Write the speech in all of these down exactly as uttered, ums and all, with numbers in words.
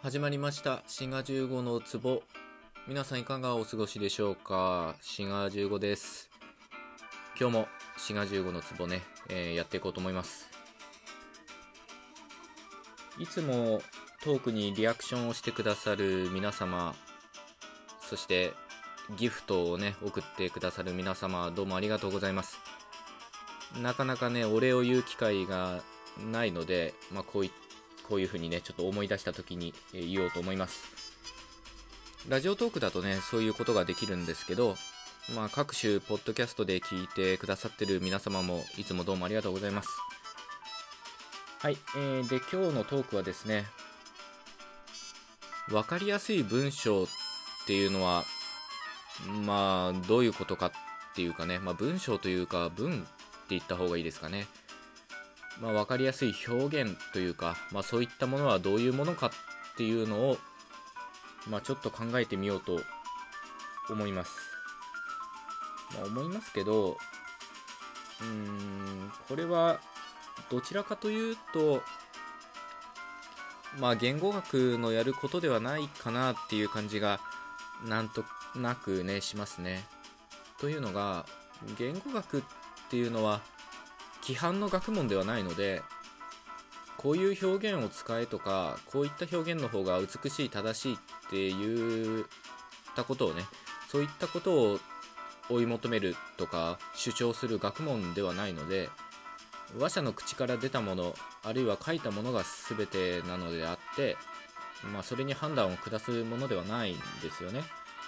始まりました滋賀じゅうごの壺。皆さんいかがお過ごしでしょうか。滋賀じゅうごです。今日も滋賀じゅうごの壺ね、えー、やっていこうと思います。いつもトークにリアクションをしてくださる皆様、そしてギフトをね送ってくださる皆様、どうもありがとうございます。なかなかねお礼を言う機会がないので、まあ、こういこういう風にねちょっと思い出した時に言おうと思います。ラジオトークだとねそういうことができるんですけど、まあ、各種ポッドキャストで聞いてくださってる皆様もいつもどうもありがとうございます。はい、えー、で今日のトークはですね、分かりやすい文章っていうのはまあどういうことかっていうかね、まあ、文章というか文って言った方がいいですかね。まあ、分かりやすい表現というか、まあ、そういったものはどういうものかっていうのを、まあ、ちょっと考えてみようと思います。まあ、思いますけど、うーんこれはどちらかというと、まあ、言語学のやることではないかなっていう感じがなんとなくねしますね。というのが、言語学っていうのは規範の学問ではないので、こういう表現を使えとか、こういった表現の方が美しい正しいって言ったことをね、そういったことを追い求めるとか主張する学問ではないので、話者の口から出たもの、あるいは書いたものが全てなのであって、まあ、それに判断を下すものではないんですよね。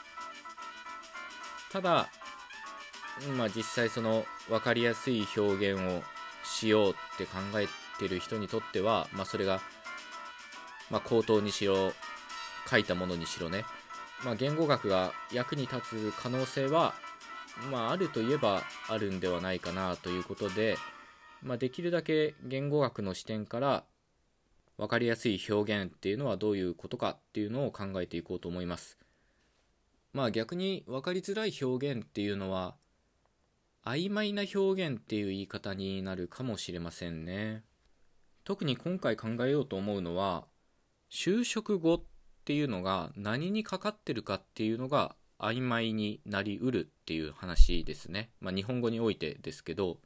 ただ、まあ、実際その分かりやすい表現をしようって考えてる人にとっては、まあ、それが、まあ、口頭にしろ書いたものにしろね、まあ、言語学が役に立つ可能性は、まあ、あるといえばあるんではないかなということで、まあ、できるだけ言語学の視点から分かりやすい表現っていうのはどういうことかっていうのを考えていこうと思います。まあ逆に分かりづらい表現っていうのは曖昧な表現っていう言い方になるかもしれませんね。特に今回考えようと思うのは、修飾語っていうのが何にかかってるかっていうのが曖昧になりうるっていう話ですね。まあ日本語においてですけど、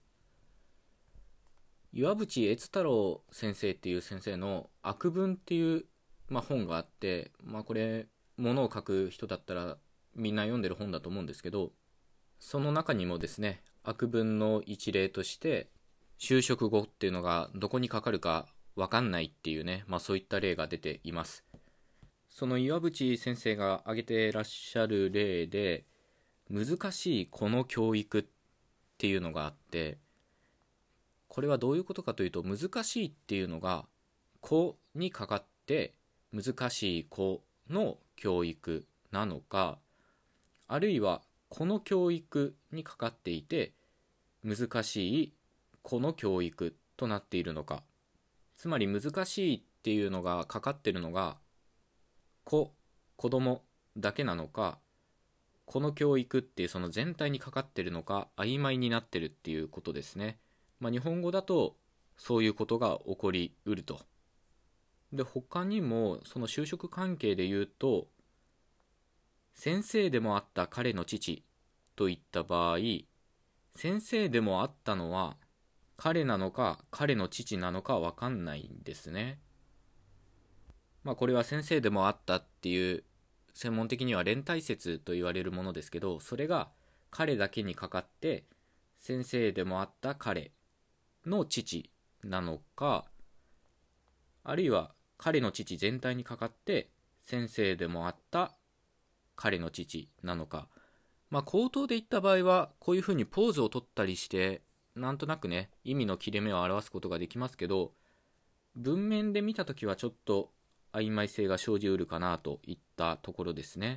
岩渕悦太郎先生っていう先生の悪文っていう、まあ、本があって、まあこれ物を書く人だったらみんな読んでる本だと思うんですけど、その中にもですね、悪文の一例として修飾語っていうのがどこにかかるか分かんないっていうね、まあそういった例が出ています。その岩渕先生が挙げてらっしゃる例で、難しいこの教育っていうのがあって、これはどういうことかというと、難しいっていうのが子にかかって難しい子の教育なのか、あるいはこの教育にかかっていて難しいこの教育となっているのか。つまり難しいっていうのがかかっているのが子、子供だけなのか、この教育っていうその全体にかかっているのか曖昧になってるっていうことですね。まあ、日本語だとそういうことが起こりうると。で、他にもその就職関係で言うと、先生でもあった彼の父といった場合、先生でもあったのは彼なのか彼の父なのか分かんないんですね。まあこれは先生でもあったっていう専門的には連帯説と言われるものですけど、それが彼だけにかかって先生でもあった彼の父なのか、あるいは彼の父全体にかかって先生でもあった彼の父なのか。まあ口頭で言った場合はこういうふうにポーズを取ったりしてなんとなくね意味の切れ目を表すことができますけど、文面で見たときはちょっと曖昧性が生じうるかなといったところですね。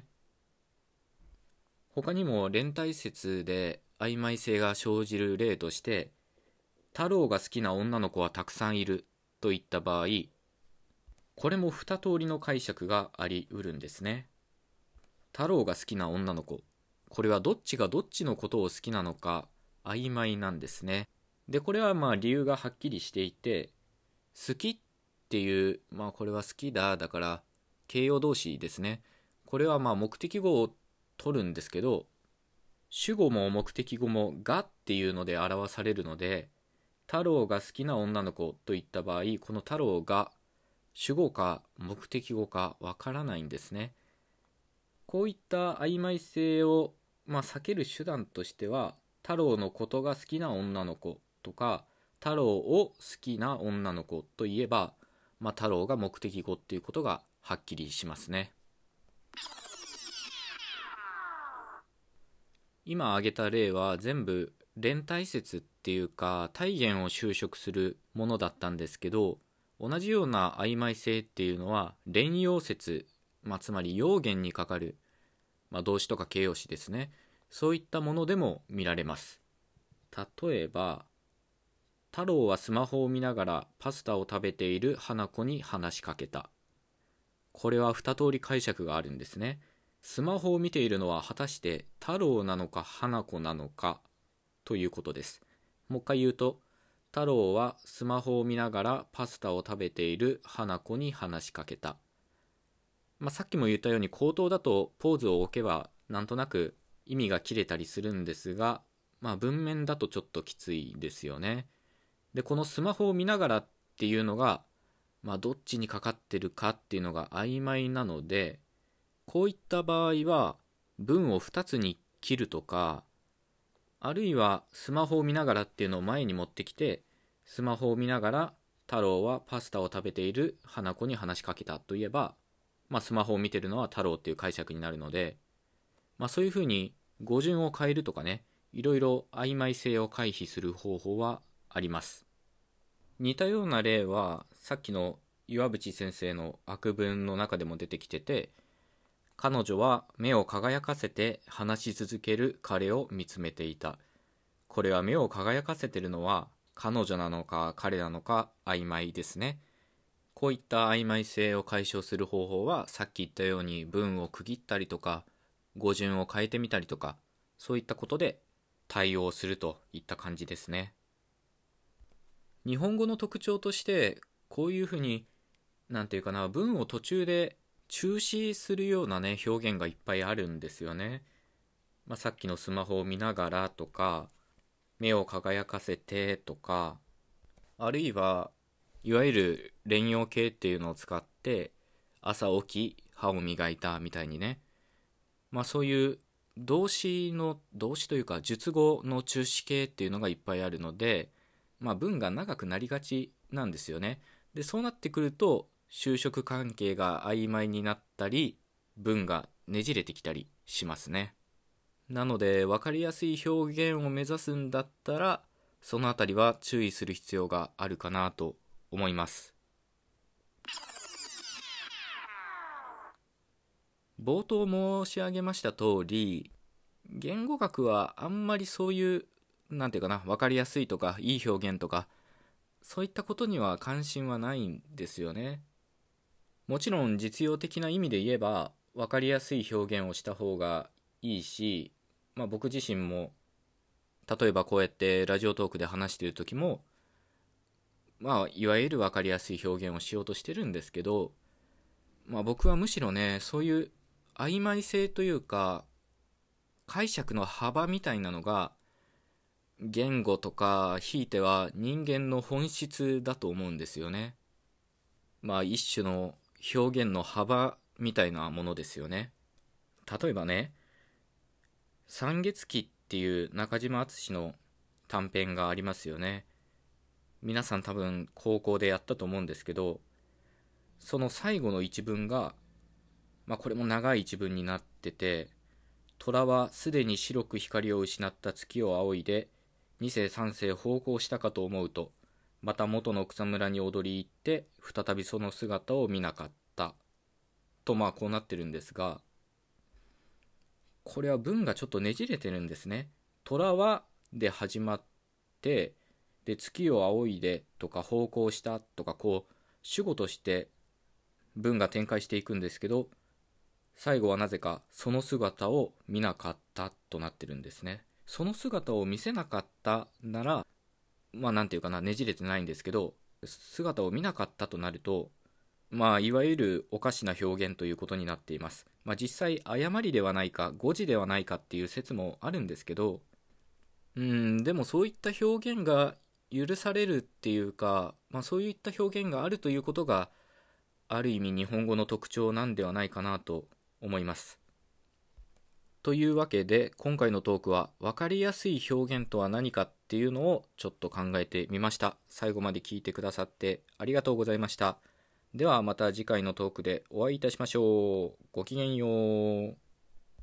他にも連帯説で曖昧性が生じる例として、太郎が好きな女の子はたくさんいるといった場合、これも二通りの解釈がありうるんですね。太郎が好きな女の子、これはどっちがどっちのことを好きなのか曖昧なんですね。で、これはまあ理由がはっきりしていて、好きっていう、まあこれは好きだだから形容動詞ですね。これはまあ目的語を取るんですけど、主語も目的語もがっていうので表されるので、太郎が好きな女の子といった場合、この太郎が主語か目的語かわからないんですね。こういった曖昧性を、まあ、避ける手段としては、太郎のことが好きな女の子とか、太郎を好きな女の子といえば、まあ、太郎が目的語っていうことがはっきりしますね。今挙げた例は全部連帯説っていうか体言を修飾するものだったんですけど、同じような曖昧性っていうのは連用説、まあ、つまり用言にかかる、まあ、動詞とか形容詞ですね。そういったものでも見られます。例えば、太郎はスマホを見ながらパスタを食べている花子に話しかけた。これは二通り解釈があるんですね。スマホを見ているのは果たして太郎なのか花子なのかということです。もう一回言うと、太郎はスマホを見ながらパスタを食べている花子に話しかけた。まあ、さっきも言ったように口頭だとポーズを置けばなんとなく意味が切れたりするんですが、まあ、文面だとちょっときついですよね。で、このスマホを見ながらっていうのが、まあ、どっちにかかってるかっていうのが曖昧なので、こういった場合は文をふたつに切るとか、あるいはスマホを見ながらっていうのを前に持ってきて、スマホを見ながら太郎はパスタを食べている花子に話しかけたといえば、まあ、スマホを見てるのは太郎っていう解釈になるので、まあ、そういうふうに語順を変えるとかね、いろいろ曖昧性を回避する方法はあります。似たような例はさっきの岩渕先生の悪文の中でも出てきてて、彼女は目を輝かせて話し続ける彼を見つめていた。これは目を輝かせてるのは彼女なのか彼なのか曖昧ですね。こういった曖昧性を解消する方法はさっき言ったように文を区切ったりとか語順を変えてみたりとか、そういったことで対応するといった感じですね。日本語の特徴としてこういうふうになんていうかな、文を途中で中止するようなね表現がいっぱいあるんですよね。まあ、さっきのスマホを見ながらとか目を輝かせてとか、あるいはいわゆる連用形っていうのを使って朝起き歯を磨いたみたいにね、まあそういう動詞の動詞というか述語の中止形っていうのがいっぱいあるので、まあ文が長くなりがちなんですよね。でそうなってくると修飾関係が曖昧になったり文がねじれてきたりしますね。なので分かりやすい表現を目指すんだったらそのあたりは注意する必要があるかなと思います。冒頭申し上げました通り、言語学はあんまりそういうなんていうかな、分かりやすいとかいい表現とかそういったことには関心はないんですよね。もちろん実用的な意味で言えば分かりやすい表現をした方がいいし、まあ、僕自身も例えばこうやってラジオトークで話している時も、まあ、いわゆる分かりやすい表現をしようとしてるんですけど、まあ、僕はむしろねそういう曖昧性というか解釈の幅みたいなのが言語とかひいては人間の本質だと思うんですよね。まあ一種の表現の幅みたいなものですよね。例えばね、三月期っていう中島敦の短編がありますよね。皆さん多分高校でやったと思うんですけど、その最後の一文が、まあこれも長い一文になってて、虎はすでに白く光を失った月を仰いで二世三世奉公したかと思うと、また元の草むらに踊り入って再びその姿を見なかったと、まあこうなってるんですが、これは文がちょっとねじれてるんですね。虎はで始まって、で月を仰いでとか奉公したとか、こう主語として文が展開していくんですけど、最後はなぜかその姿を見なかったとなってるんですね。その姿を見せなかったなら、まあなんていうかな、ねじれてないんですけど、姿を見なかったとなると、 まあいわゆるおかしな表現ということになっています。まあ実際誤りではないか誤字ではないかっていう説もあるんですけど、うん、でもそういった表現が許されるっていうか、まあ、そういった表現があるということがある意味日本語の特徴なんではないかなと思います。というわけで今回のトークは分かりやすい表現とは何かっていうのをちょっと考えてみました。最後まで聞いてくださってありがとうございました。ではまた次回のトークでお会いいたしましょう。ごきげんよう。